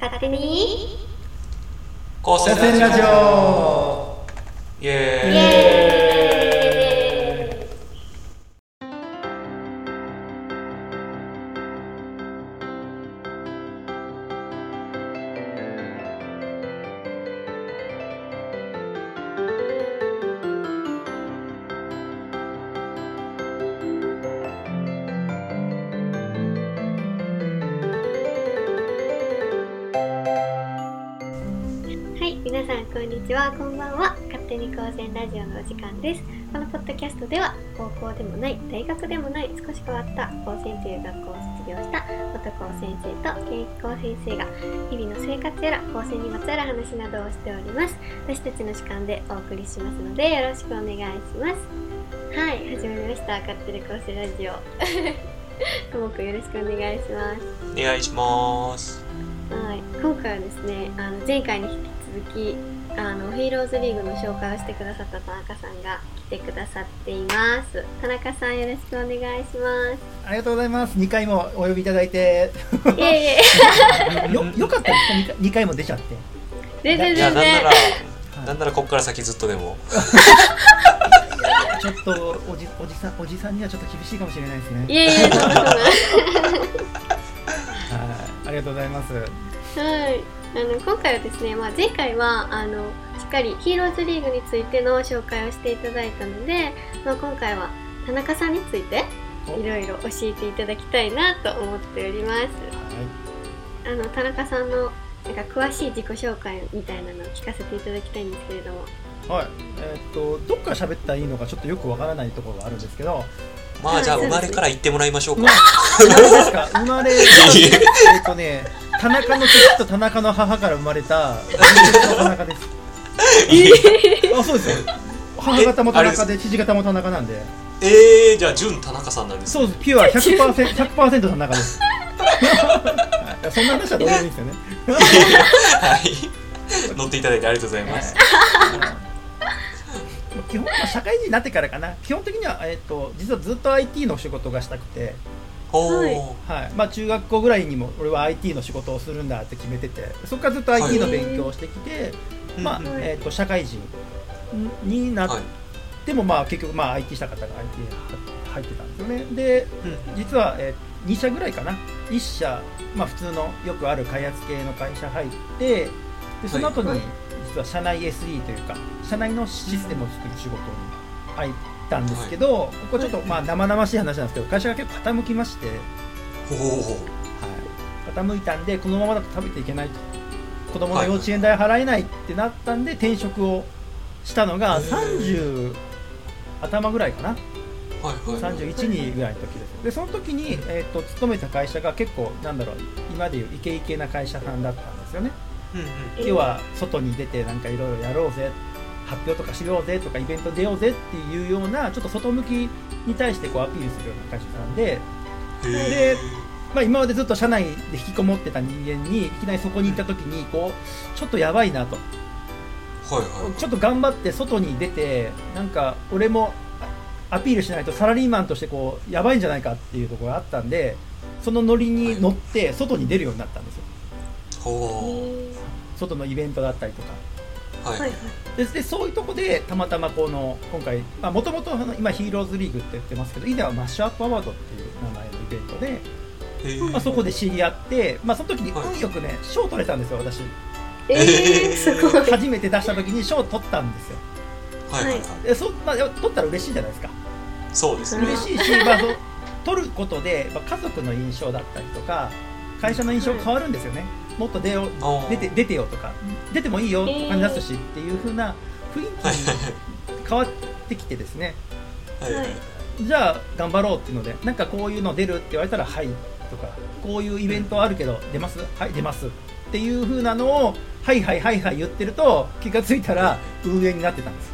勝手に高専ラジオイエーイ。 イエーイ。皆さんこんにちは、こんばんは。勝手に高専ラジオのお時間です。このポッドキャストでは高校でもない大学でもない少し変わった高専という学校を卒業した元高専生と現役高専生が日々の生活やら高専にまつわる話などをしております。私たちの主観でお送りしますのでよろしくお願いします。はい、始まりました。勝手に高専ラジオともくんよろしくお願いします。 お願いします。 はい、今回はですね、前回に引き続きヒーローズリーグの紹介をしてくださった田中さんが来てくださっています。田中さんよろしくお願いします。 ありがとうございます。2回もお呼びいただいていえいえよかったですか？ 2回も出ちゃって。 全然いや、なんならここから先ずっとでもちょっとおじさんにはちょっと厳しいかもしれないですね。 いえいえ、そんなことない。 ありがとうございます。 はい、今回はですね、前回はしっかりヒーローズリーグについての紹介をしていただいたので、今回は田中さんについていろいろ教えていただきたいなと思っております。はい、田中さんのなんか詳しい自己紹介みたいなのを聞かせていただきたいんですけれども。 はい、どっから喋ったらいいのかちょっとよくわからないところがあるんですけど、 じゃあ生まれから言ってもらいましょうか。 生まれですか？生まれ田中の父と田中の母から生まれた田中です。あ、そうですよ。母方も田中で父方も田中なんで。 じゃあ純田中さんなんです、ね。 そうです。ピュア 100% 田中です。そんな話はどうでもいいですよね。 はい。乗っていただいてありがとうございます。 基本社会人になってからかな。基本的には実はずっと IT の仕事がしたくて。はい、中学校ぐらいにも俺は IT の仕事をするんだって決めてて、そこからずっと IT の勉強をしてきて、社会人になっても結局IT した方が IT 入ってたんですよね。で、実は、2社ぐらいかな。1社、普通のよくある開発系の会社入って、でその後に実は社内 SE というか社内のシステムを作る仕事に入ったんですけど、ここちょっと生々しい話なんですけど、会社が結構傾きまして、傾いたんでこのままだと食べていけないと、子供の幼稚園代払えないってなったんで転職をしたのが30頭ぐらいかな、31、2ぐらいの時です。でその時に、勤めた会社が結構今でいうイケイケな会社さんだったんですよね。要は外に出てなんかいろいろやろうぜ、発表とかしようぜとかイベント出ようぜっていうようなちょっと外向きに対してアピールするような会社さんで、今までずっと社内で引きこもってた人間にいきなりそこに行った時にちょっとやばいなと、ちょっと頑張って外に出てなんか俺もアピールしないとサラリーマンとしてやばいんじゃないかっていうところがあったんで、そのノリに乗って外に出るようになったんですよ。外のイベントだったりとか。でそういうとこでたまたま今回もともと今ヒーローズリーグって言ってますけど、以前はマッシュアップアワードっていう名前のイベントで、そこで知り合って、その時に運よくね賞を取れたんですよ、私。 すごい。 初めて出した時に賞を取ったんですよ。取ったら嬉しいじゃないですか。 そうですね。 嬉しいし、取ることで、家族の印象だったりとか会社の印象変わるんですよね。もっと出てよとか、出てもいいよお金出すしっていう風な雰囲気に変わってきてですね。じゃあ頑張ろうっていうので、なんかこういうの出るって言われたらはいとか、こういうイベントあるけど出ます？はい出ますっていう風なのをはい言ってると、気がついたら運営になってたんです。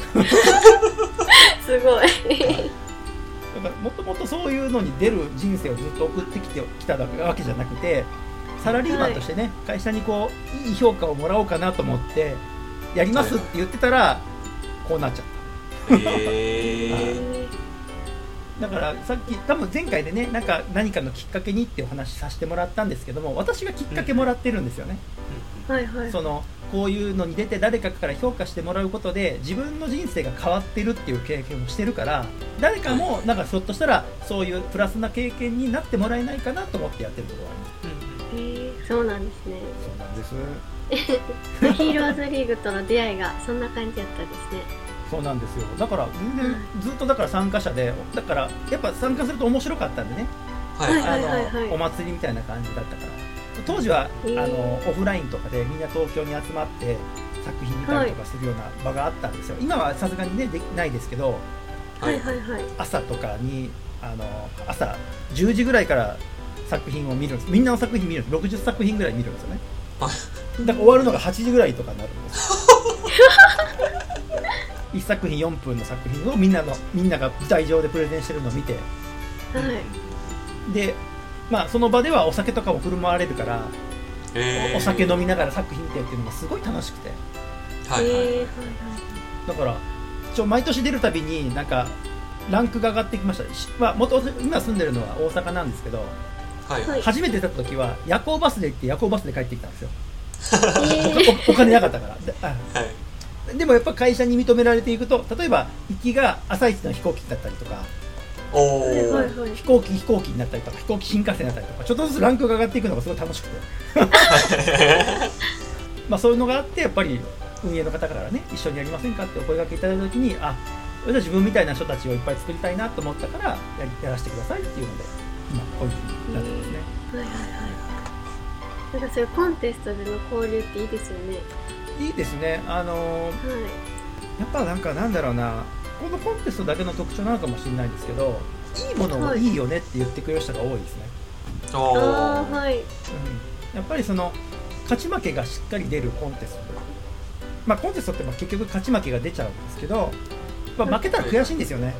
すごい。 もともとそういうのに出る人生をずっと送ってきたわけじゃなくて、サラリーマンとしてね、会社にいい評価をもらおうかなと思ってやりますって言ってたらこうなっちゃった。 だからさっき多分前回でね何かのきっかけにってお話しさせてもらったんですけども、私がきっかけもらってるんですよね、 はいはい。 そのこういうのに出て誰かから評価してもらうことで自分の人生が変わってるっていう経験をしてるから、誰かもなんかひょっとしたらそういうプラスな経験になってもらえないかなと思ってやってるところがあります。 そうなんですね。 そうなんですヒーローズリーグとの出会いがそんな感じだったんですね。 そうなんですよ。だから全然ずっとだから参加者で、だからやっぱ参加すると面白かったんでね、お祭りみたいな感じだったから、当時はオフラインとかでみんな東京に集まって作品見たりとかするような場があったんですよ。今はさすがにねできないですけど、朝とかに朝10時ぐらいから作品を見るんです。みんなの作品見るんです。60作品ぐらい見るんですよね。だから終わるのが8時ぐらいとかになるんです1作品4分の作品をみんなが舞台上でプレゼンしてるのを見て、でまあその場ではお酒とかも振る舞われるから、お酒飲みながら作品見てっていうのがすごい楽しくて、だから毎年出るたびになんかランクが上がってきました。今住んでるのは大阪なんですけど、初めて出た時は夜行バスで行って夜行バスで帰ってきたんですよお金なかったから。でもやっぱ会社に認められていくと、例えば行きが朝一の飛行機だったりとか、飛行機になったりとか、飛行機新幹線になったりとか、ちょっとずつランクが上がっていくのがすごい楽しくてまあそういうのがあって、やっぱり運営の方からね一緒にやりませんかってお声掛けいただいた時に、俺は自分みたいな人たちをいっぱい作りたいなと思ったからやらせてくださいっていうので今こういうふうになってますね。 なんかそういうコンテストでの交流っていいですよね。 いいですね。やっぱなんだろうな、このコンテストだけの特徴なのかもしれないですけど、いいものをいいよねって言ってくれる人が多いですね。やっぱりその勝ち負けがしっかり出るコンテスト、コンテストって結局勝ち負けが出ちゃうんですけど、負けたら悔しいんですよね。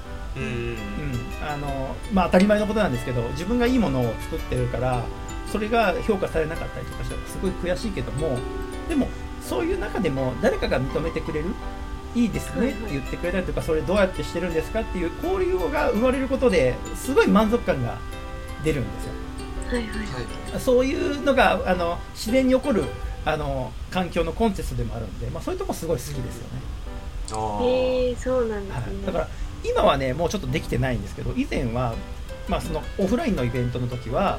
当たり前のことなんですけど、自分がいいものを作ってるからそれが評価されなかったりとかしたらすごい悔しいけども、でもそういう中でも誰かが認めてくれる、いいですねって言ってくれたりとか、それどうやってしてるんですかっていう交流が生まれることですごい満足感が出るんですよ。そういうのが自然に起こる環境のコンテストでもあるんで、そういうとこすごい好きですよね。そうなんですね。 だから今はねもうちょっとできてないんですけど、以前はそのオフラインのイベントの時は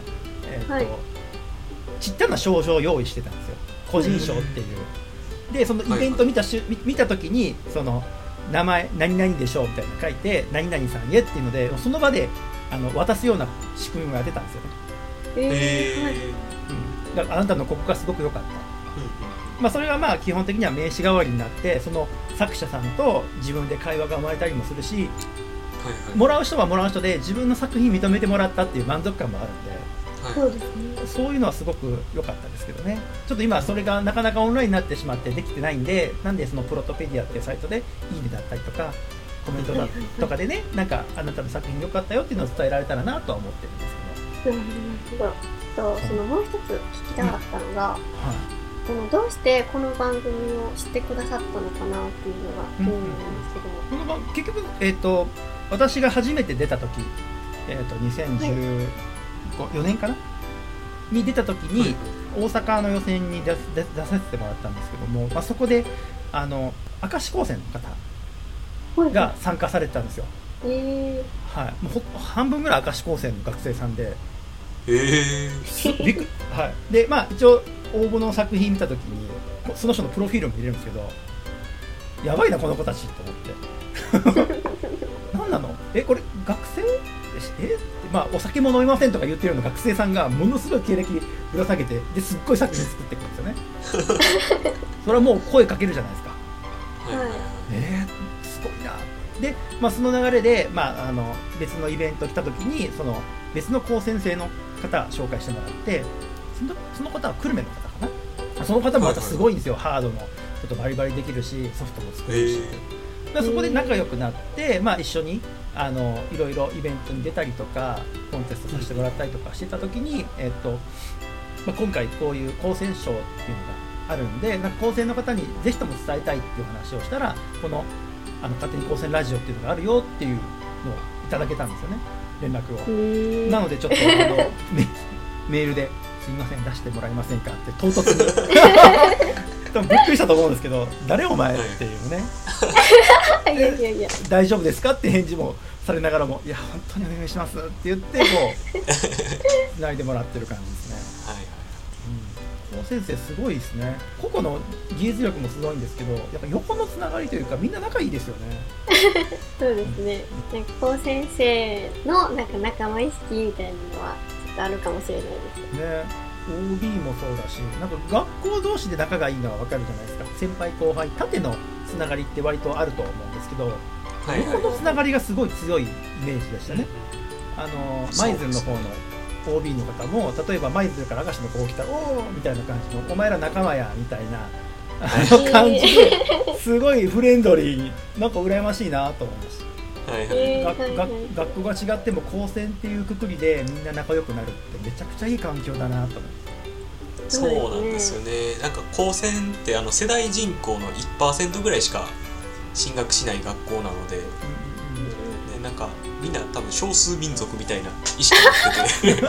ちっちゃな賞状を用意してたんですよ。個人賞っていう。でそのイベント見た時にその名前何々でしょうみたいなの書いて何々さんへっていうのでその場で渡すような仕組みが出たんですよね。だからあなたのここがすごく良かった。それが基本的には名刺代わりになって、その作者さんと自分で会話が生まれたりもするし、もらう人はもらう人で自分の作品認めてもらったっていう満足感もあるんで、そういうのはすごく良かったですけどね。ちょっと今それがなかなかオンラインになってしまってできてないんで、なんでそのプロトペディアっていうサイトでいいねだったりとかコメントとかでね、なんかあなたの作品良かったよっていうのを伝えられたらなとは思ってるんですけど。 そのもう一つ聞きたかったのが、どうしてこの番組を知ってくださったのかなっていうのが気になるんですけど、 この結局私が初めて出た時、2014年かなに出た時に大阪の予選に出させてもらったんですけども、そこで明石高専の方が参加されてたんですよ。もう半分ぐらい明石高専の学生さんで、で一応応募の作品見た時にその人のプロフィールも見れるんですけど、やばいなこの子たちと思って何なのこれ学生お酒も飲みませんとか言ってるような学生さんがものすごい経歴ぶら下げて、ですっごい作品作っていくんですよねそれはもう声かけるじゃないですか。すごいな。で、その流れで、別のイベント来た時にその別の高専生の方紹介してもらって、その方は久留米の方かな。その方もまたすごいんですよ。ハードもちょっとバリバリできるしソフトも作れるし、そこで仲良くなって、一緒にいろいろイベントに出たりとかコンテストさせてもらったりとかしてた時に、今回こういう高専賞っていうのがあるんで、高専の方にぜひとも伝えたいっていう話をしたら、この勝手に高専ラジオっていうのがあるよっていうのをいただけたんですよね、連絡を。なのでちょっとメールですいません出してもらえませんかって唐突に多分びっくりしたと思うんですけど、誰お前っていうねいや大丈夫ですかって返事もされながらも、いや本当にお願いしますって言ってこう繋いでもらってる感じですね。はい、この先生すごいですね。個々の技術力もすごいんですけど、やっぱ横のつながりというかみんな仲いいですよね。 そうですね。なんかこう先生のなんか仲間意識みたいなのはちょっとあるかもしれないですね。OB もそうだし、なんか学校同士で仲がいいのは分かるじゃないですか。先輩後輩縦のつながりって割とあると思うんですけど、横のつながりがすごい強いイメージでしたね。舞鶴の方の OB の方も、例えば舞鶴から明石の子来たらおーみたいな感じのお前ら仲間やみたいな感じですごいフレンドリーに、なんか羨ましいなと思いました。学校が違っても高専っていうくくりでみんな仲良くなるってめちゃくちゃいい環境だなと思って。 そうなんですよね。なんか高専って世代人口の 1% ぐらいしか進学しない学校なので、なんかみんな多分少数民族みたいな意識を持ってて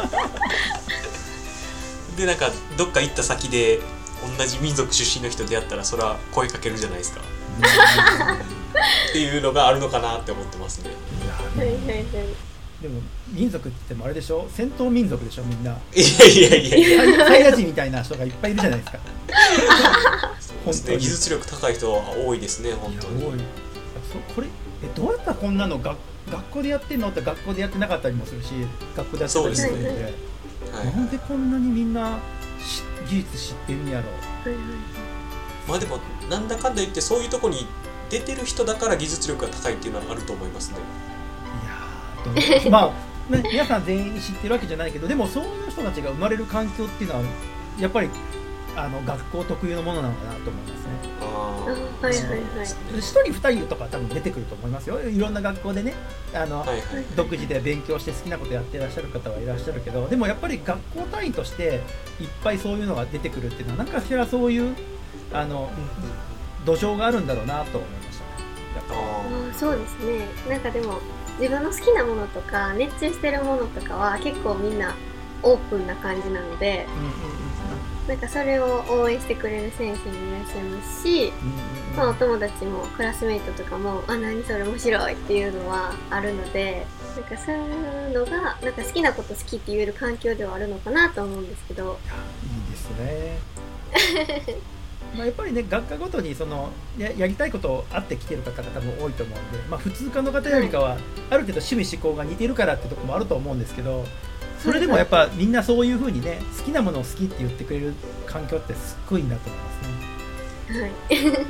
でなんかどっか行った先で同じ民族出身の人出会ったらそれは声かけるじゃないですかっていうのがあるのかなって思ってますね。 でも民族って言ってもあれでしょ、戦闘民族でしょみんな。 いやサイヤ人みたいな人がいっぱいいるじゃないですか本当に技術力高い人は多いですね。本当にこれどうやったらこんなの学校でやってんのって学校でやってなかったりもするし、学校でやってたりするので、なんでこんなにみんな技術知ってんやろ。 まあでもなんだかんだ言ってそういうとこに出てる人だから技術力が高いっていうのはあると思いますね。 いやまあ、ね、皆さん全員知ってるわけじゃないけど、でもそういう人たちが生まれる環境っていうのはやっぱり学校特有のものなのかなと思いますね。1人2人とか多分出てくると思いますよ。いろんな学校でね独自で勉強して好きなことやってらっしゃる方はいらっしゃるけど、でもやっぱり学校単位としていっぱいそういうのが出てくるっていうのは何かしらそういう土壌があるんだろうなと思いましたね。 そうですね。なんかでも自分の好きなものとか熱中してるものとかは結構みんなオープンな感じなので、なんかそれを応援してくれる先生もいらっしゃいますし、まあ、お友達もクラスメイトとかも何それ面白いっていうのはあるので、なんかそういうのがなんか好きなこと好きって言える環境ではあるのかなと思うんですけど。 いいですねまあやっぱりね、学科ごとにやりたいことあってきてる方が多分多いと思うので、まあ、普通科の方よりかはある程度趣味思考が似てるからってとこもあると思うんですけど、それでもやっぱみんなそういう風にね、好きなものを好きって言ってくれる環境ってすっごいいいなと思いますね。 はい羨ましい。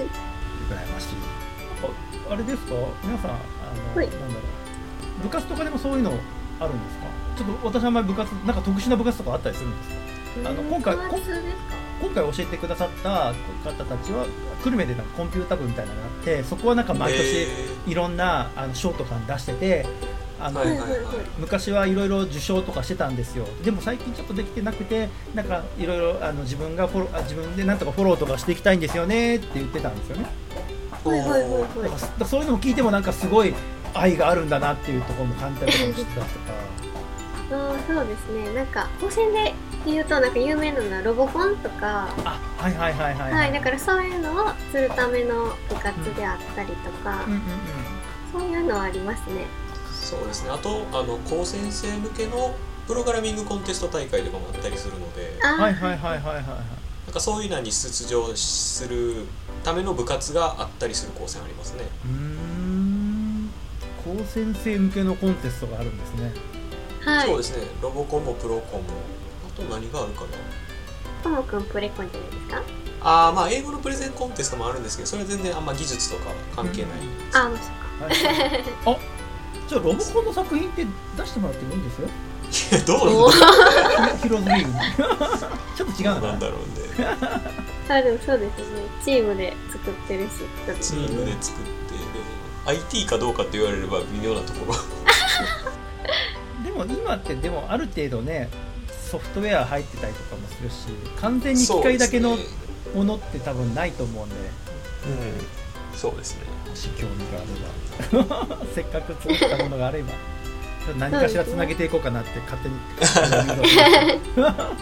あれですか、皆さんなんだろう、部活とかでもそういうのあるんですか。ちょっと私はあんまり部活なんか特殊な部活とかあったりするんですか。今回教えてくださった方たちは久留米でなんかコンピュータ部みたいなのがあって、そこはなんか毎年いろんな賞とか出してて、昔はいろいろ受賞とかしてたんですよ。でも最近ちょっとできてなくて、なんかいろいろ自分でなんとかフォローとかしていきたいんですよねって言ってたんですよね。そういうのも聞いてもなんかすごい愛があるんだなっていうところも感じたりとかもしてたりとかそうですね。なんか高専で言うとなんか有名なのはロボコンとか、だからそういうのをするための部活であったりとか、そういうのはありますね。 そうですね。あと高専生向けのプログラミングコンテスト大会とかもあったりするので、なんかそういうのに出場するための部活があったりする高専ありますね。 高専生向けのコンテストがあるんですね。 そうですね。ロボコンもプロコンも、あと何があるかな。 ともくんプレコンじゃないですか。 まあ英語のプレゼンコンテストもあるんですけど、それは全然あんま技術とか関係ない。 そっか。 じゃあロボコンの作品って出してもらってもいいんですよ。 いや、どうなんだろう。 広すぎる。ちょっと違うのかな。 なんだろうね。でもそうですね。チームで作ってるし。 チームで作って、でも IT かどうかって言われれば微妙なところ。 でも今ってでもある程度ね、ソフトウェア入ってたりとかもするし、完全に機械だけのものって多分ないと思うんで。 そうですね。 もし興味があればせっかく作ったものがあれば何かしらつなげていこうかなって勝手にはい。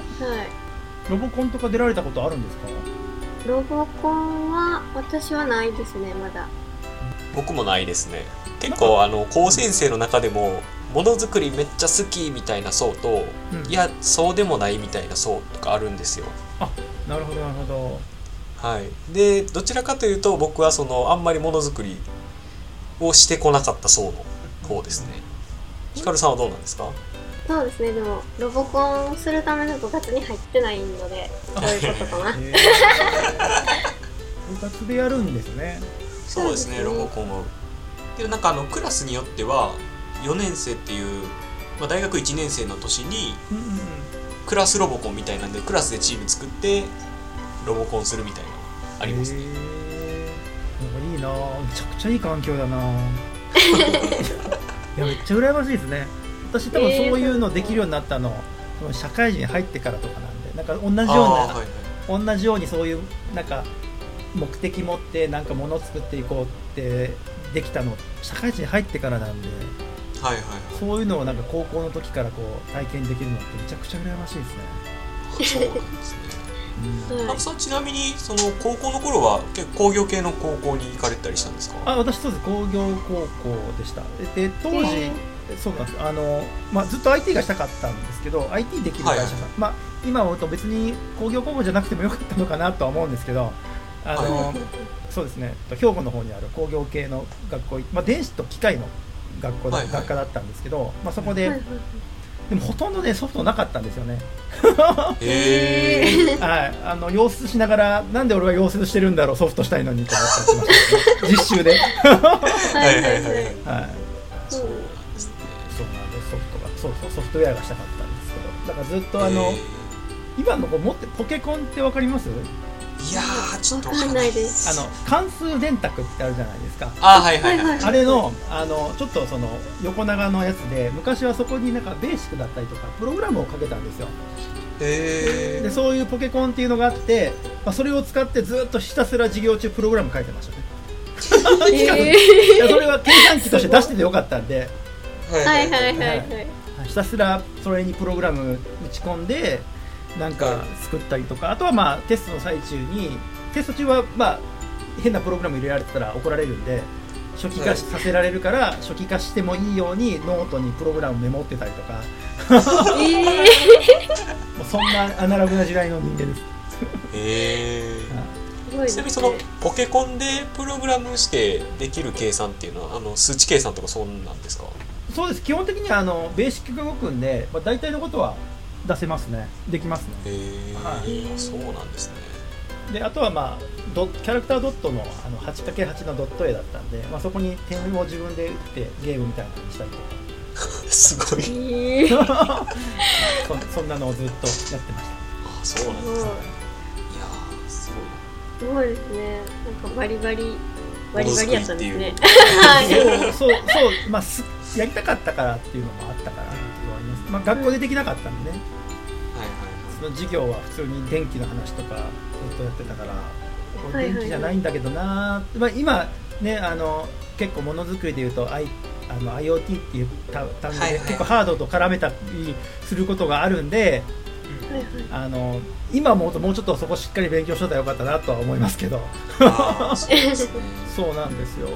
ロボコンとか出られたことあるんですか？ ロボコンは私はないですね、まだ。 僕もないですね。結構高専生の中でもものづくりめっちゃ好きみたいな層と、いやそうでもないみたいな層とかあるんですよ。 あ、なるほどなるほど。 はい。でどちらかというと僕はあんまりものづくりをしてこなかった層の方ですね。ヒカルさんはどうなんですか？ そうですね、でもロボコンするための部活に入ってないので、そういうことかな。 部活でやるんですね。 そうですね、ロボコンを。でなんかクラスによっては4年生っていう、大学1年生の年にクラスロボコンみたいなんでクラスでチーム作ってロボコンするみたいなありますね。 いいな、めちゃくちゃいい環境だな。いやめっちゃ羨ましいですね。私多分そういうのできるようになったの、社会人入ってからとかなんで、なんか同じようにそういうなんか目的持ってなんか物を作っていこうってできたの社会人入ってからなんで、そういうのをなんか高校の時からこう体験できるのってめちゃくちゃ羨ましいですね。 そうなんですね。ハルさんちなみに高校の頃は結構工業系の高校に行かれたりしたんですか？ 私そうです、工業高校でした。で当時、そうなんです、ずっと IT がしたかったんですけど IT できる会社が、今思うと別に工業高校じゃなくてもよかったのかなとは思うんですけど、そうですね、兵庫の方にある工業系の学校、電子と機械の学科だったんですけど、そこで、でもほとんどねソフトなかったんですよね。はい、溶接しながらなんで俺は溶接してるんだろう、ソフトしたいのにと思ってましたね、実習で。そうなんです、ソフトウェアがしたかったんですけど、だからずっと今の子持ってポケコンってわかります？ いやーちょっとわかんないです。 関数電卓ってあるじゃないですか。 あれのちょっと横長のやつで、昔はそこになんかベーシックだったりとかプログラムをかけたんですよ。でそういうポケコンっていうのがあって、それを使ってずっとひたすら授業中プログラム書いてましたね。いやそれは計算機として出しててよかったんで、ひたすらそれにプログラム打ち込んでなんか作ったりとか、あとはテストの最中に、テスト中は変なプログラム入れられてたら怒られるんで初期化させられるから、初期化してもいいようにノートにプログラムメモってたりとか、もうそんなアナログな時代の人間です。 ちなみにポケコンでプログラムしてできる計算っていうのは数値計算とかそんなんですか？ そうです、基本的にはベーシックが動くんで、大体のことは出せますね、できますね。 そうなんですね。 であとはキャラクタードットの8×8 のドット絵だったんで、そこに点を自分で打ってゲームみたいなのにしたりとか。 すごい。 そんなのをずっとやってました。 そうなんですね。いやすごいですね。なんかバリバリやったんですね。 そう、やりたかったからっていうのもあったからっていうのはあります。学校でできなかったんでね。その授業は普通に電気の話とかずっとやってたから、電気じゃないんだけどな。今ね結構ものづくりでいうとIoT っていう単語で結構ハードと絡めたりすることがあるんで、今思うともうちょっとそこしっかり勉強しとったらよかったなとは思いますけど。そうなんですよ。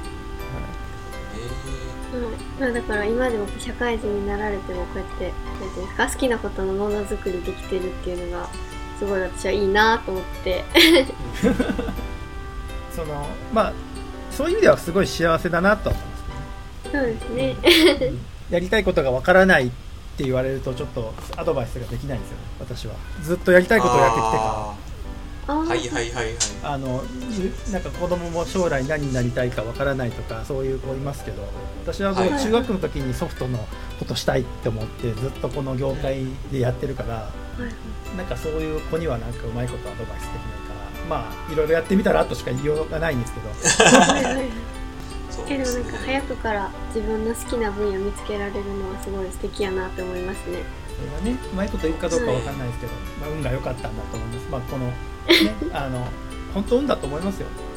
だから今でも社会人になられてもこうやって好きなことのものづくりできてるっていうのがすごい私はいいなと思って。そういう意味ではすごい幸せだなと思います。そうですね。やりたいことがわからないって言われるとちょっとアドバイスができないんですよね、私は。ずっとやりたいことをやってきてから。なんか子供も将来何になりたいかわからないとかそういう子いますけど、私はもう中学の時にソフトのことしたいって思ってずっとこの業界でやってるから、なんかそういう子にはなんかうまいことアドバイスできないから、いろいろやってみたらとしか言いようがないんですけど。でもなんか早くから自分の好きな分野見つけられるのはすごい素敵やなって思いますね。それがね、うまいこと言うかどうかわかんないですけど、運が良かったんだと思います。このね、本当運だと思いますよ。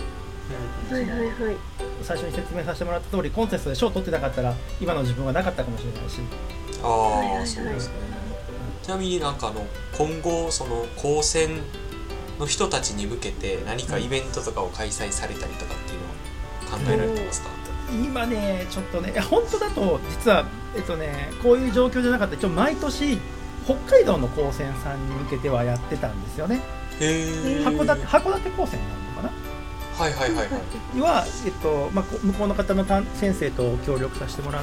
はいはいはい。 最初に説明させてもらった通り、コンテストで賞を取ってなかったら今の自分はなかったかもしれないし。 ああ、そうですね。ちなみになんか今後その高専の人たちに向けて何かイベントとかを開催されたりとかっていうのは考えられてますか？ 今ねちょっとね、本当だと実はこういう状況じゃなかった。一応毎年北海道の高専さんに向けてはやってたんですよね。函館高専なのかな。 はいはいはいはい。 は向こうの方の先生と協力させてもらって、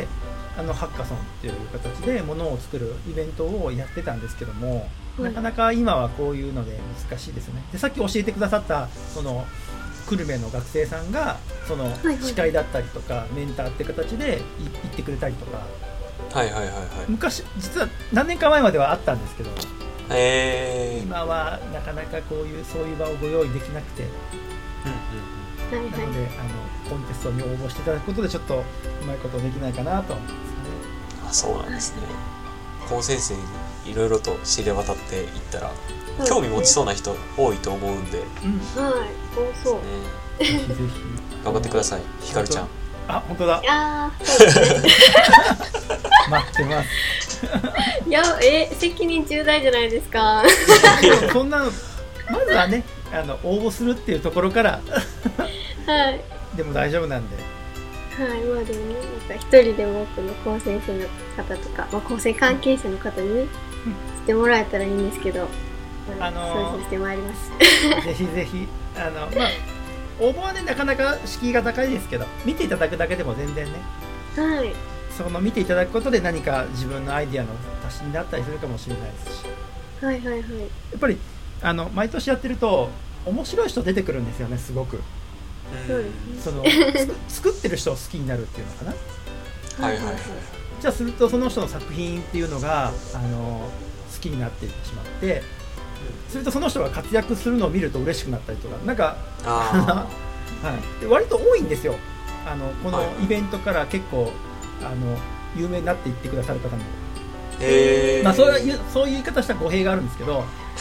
ハッカソンっていう形でものを作るイベントをやってたんですけども、なかなか今はこういうので難しいですね。で、さっき教えてくださったその久留米の学生さんがその司会だったりとかメンターって形で行ってくれたりとか、 はいはいはいはい。 昔実は何年か前まではあったんですけど、今はなかなかそういう場をご用意できなくて、なのでコンテストに応募していただくことでちょっとうまいことできないかなと思いますね。あ、そうなんですね。高先生にいろいろと知れ渡っていったら興味持ちそうな人多いと思うんで、 はい、そう。 ぜひぜひ頑張ってください、ひかるちゃん。 あ、本当だ。 そうですね。 待ってます。 いや、責任重大じゃないですか。 そんなのまずはね、応募するっていうところからはい。 でも大丈夫なんで。 はい、まあでもね、なんか一人でも多くの高専生の方とか、高専関係者の方にね、してもらえたらいいんですけど、そうしてまいります。 ぜひぜひ応募はねなかなか敷居が高いですけど、見ていただくだけでも全然ね、 はい、 その見ていただくことで何か自分のアイディアの足しになったりするかもしれないですし、 はいはいはい、やっぱり毎年やってると面白い人出てくるんですよね、すごく。 そうですね。 作ってる人を好きになるっていうのかな。 はいはいはい。 じゃあするとその人の作品っていうのが好きになっていってしまって、するとその人が活躍するのを見ると嬉しくなったりとか、なんかはい、で割と多いんですよ。このイベントから結構有名になっていってくださる方も。そういう言い方したら語弊があるんですけど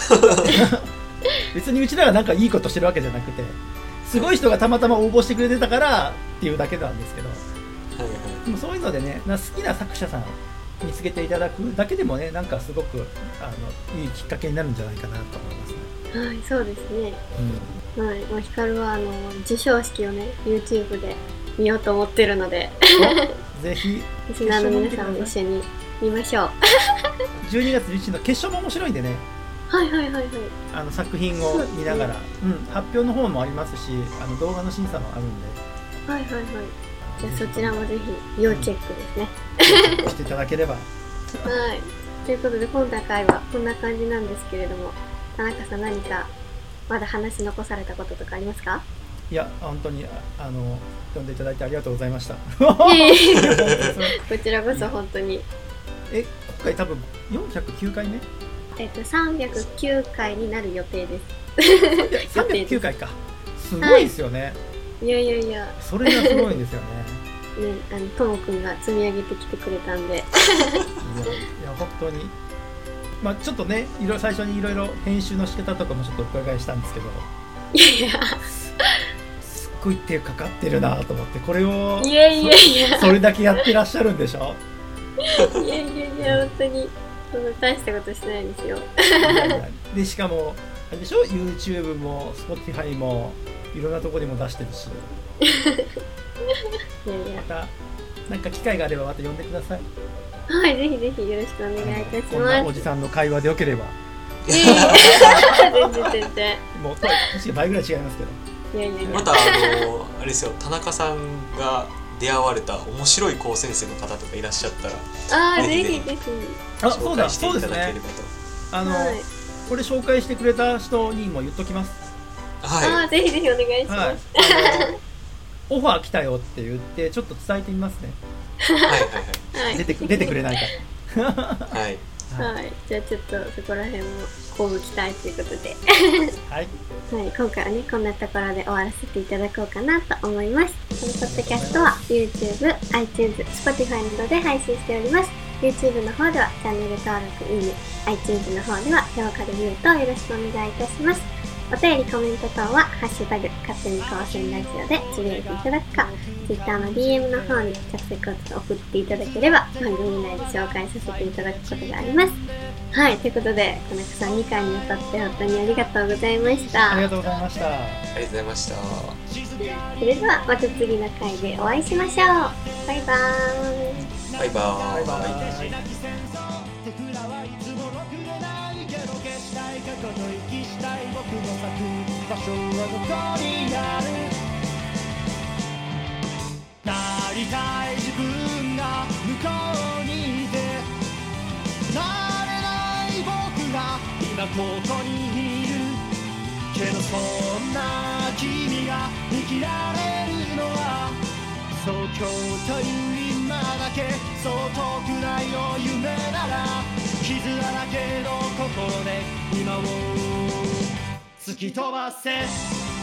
別にうちらがなんかいいことしてるわけじゃなくて、すごい人がたまたま応募してくれてたからっていうだけなんですけど、でもそういうのでね、好きな作者さん見つけていただくだけでもね、なんかすごくいいきっかけになるんじゃないかなと思いますね。 はい、そうですね。はい、ヒカルは授賞式をね YouTube で見ようと思ってるのでぜひリスナーの皆さんも一緒に見ましょう。 12月11日の決勝も面白いんでね。 はいはいはいはい。 作品を見ながら、発表の方もありますし、動画の審査もあるんで。はいはいはい。じゃあそちらもぜひ要チェックですね。 していただければ。 はい。ということで今回はこんな感じなんですけれども、田中さん何かまだ話残されたこととかありますか？ いや本当に呼んでいただいてありがとうございました。 こちらこそ本当に。 今回多分409回目 ？309回になる予定です。 309回か。すごいですよね。 いやいやいや。 それがすごいんですよね。 ともくんが積み上げてきてくれたんで。いや本当に。ちょっとね、最初にいろいろ編集の仕方とかもちょっとお伺いしたんですけど。 いやいや。 すっごい手かかってるなと思って、これをいやいやいやそれだけやってらっしゃるんでしょ。 いやいやいや本当にそんな大したことしてないんですよ。 でしかもあれでしょ、 YouTube も Spotify もいろんなところにも出してるし。 いやいや、 またなんか機会があればまた呼んでください。 はい、ぜひぜひよろしくお願いいたします。 こんなおじさんの会話でよければ。 全然もう年が倍ぐらい違いますけど。 いやいやいや、 またあれですよ、田中さんが出会われた面白い高先生の方とかいらっしゃったら、 ぜひぜひ紹介していただければと。これ紹介してくれた人にも言っときます。 はい。 ぜひぜひお願いします。 オファー来たよって言ってちょっと伝えてみますね。 はいはいはい。 出てくれないか。 はい。 はい。じゃあちょっとそこら辺も交互期待ということで。 はい。 はい、今回はねこんなところで終わらせていただこうかなと思います。このポッドキャストは YouTube、iTunes、Spotify などで配信しております。YouTube の方ではチャンネル登録、いいね、iTunes の方では評価レビューとよろしくお願いいたします。 お便りコメント等はハッシュタグ勝手に高専ラジオでつぶやいていただくか、Twitter の DM の方に直接送っていただければ番組内で紹介させていただくことがあります。はい、ということで金子さん2回にわたって本当にありがとうございました。 ありがとうございました。 ありがとうございました。 それではまた次の回でお会いしましょう。バイバーイ。 バイバーイ。 なりたい自分が向こうにいて、なれない僕が今ここにいるけど、そんな君が生きられるのは東京という今だけ、そう遠くないよ夢なら、傷だらけの心で今を突き飛ばせ。